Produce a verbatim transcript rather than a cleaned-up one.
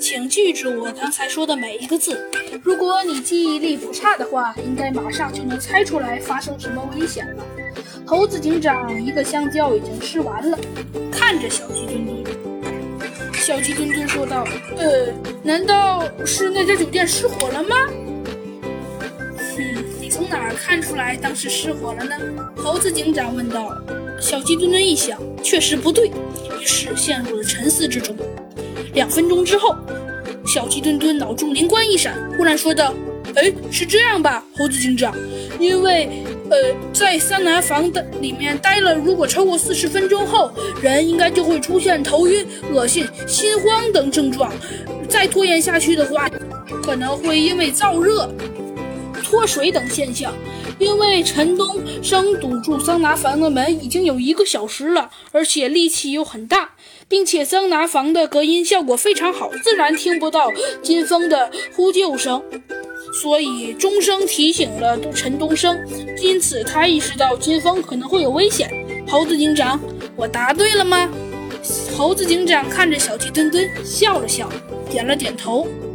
请记住我刚才说的每一个字。如果你记忆力不差的话，应该马上就能猜出来发生什么危险了。猴子警长一个香蕉已经吃完了，看着小鸡墩墩。小鸡墩墩说道：“呃，难道是那家酒店失火了吗？”“嗯，你从哪儿看出来当时失火了呢？”猴子警长问道。小鸡墩墩一想，确实不对，于是陷入了沉思之中。两分钟之后，小鸡墩墩脑中灵光一闪，忽然说道：“哎，是这样吧，猴子警长，因为呃，在桑拿房的里面待了，如果超过四十分钟后，人应该就会出现头晕、恶心、心慌等症状。再拖延下去的话，可能会因为燥热、脱水等现象。因为陈东升堵住桑拿房的门已经有一个小时了，而且力气又很大，并且桑拿房的隔音效果非常好，自然听不到金风的呼救声。所以钟声提醒了陈东升，因此他意识到金风可能会有危险。猴子警长，我答对了吗？”猴子警长看着小鸡墩墩笑了笑，点了点头。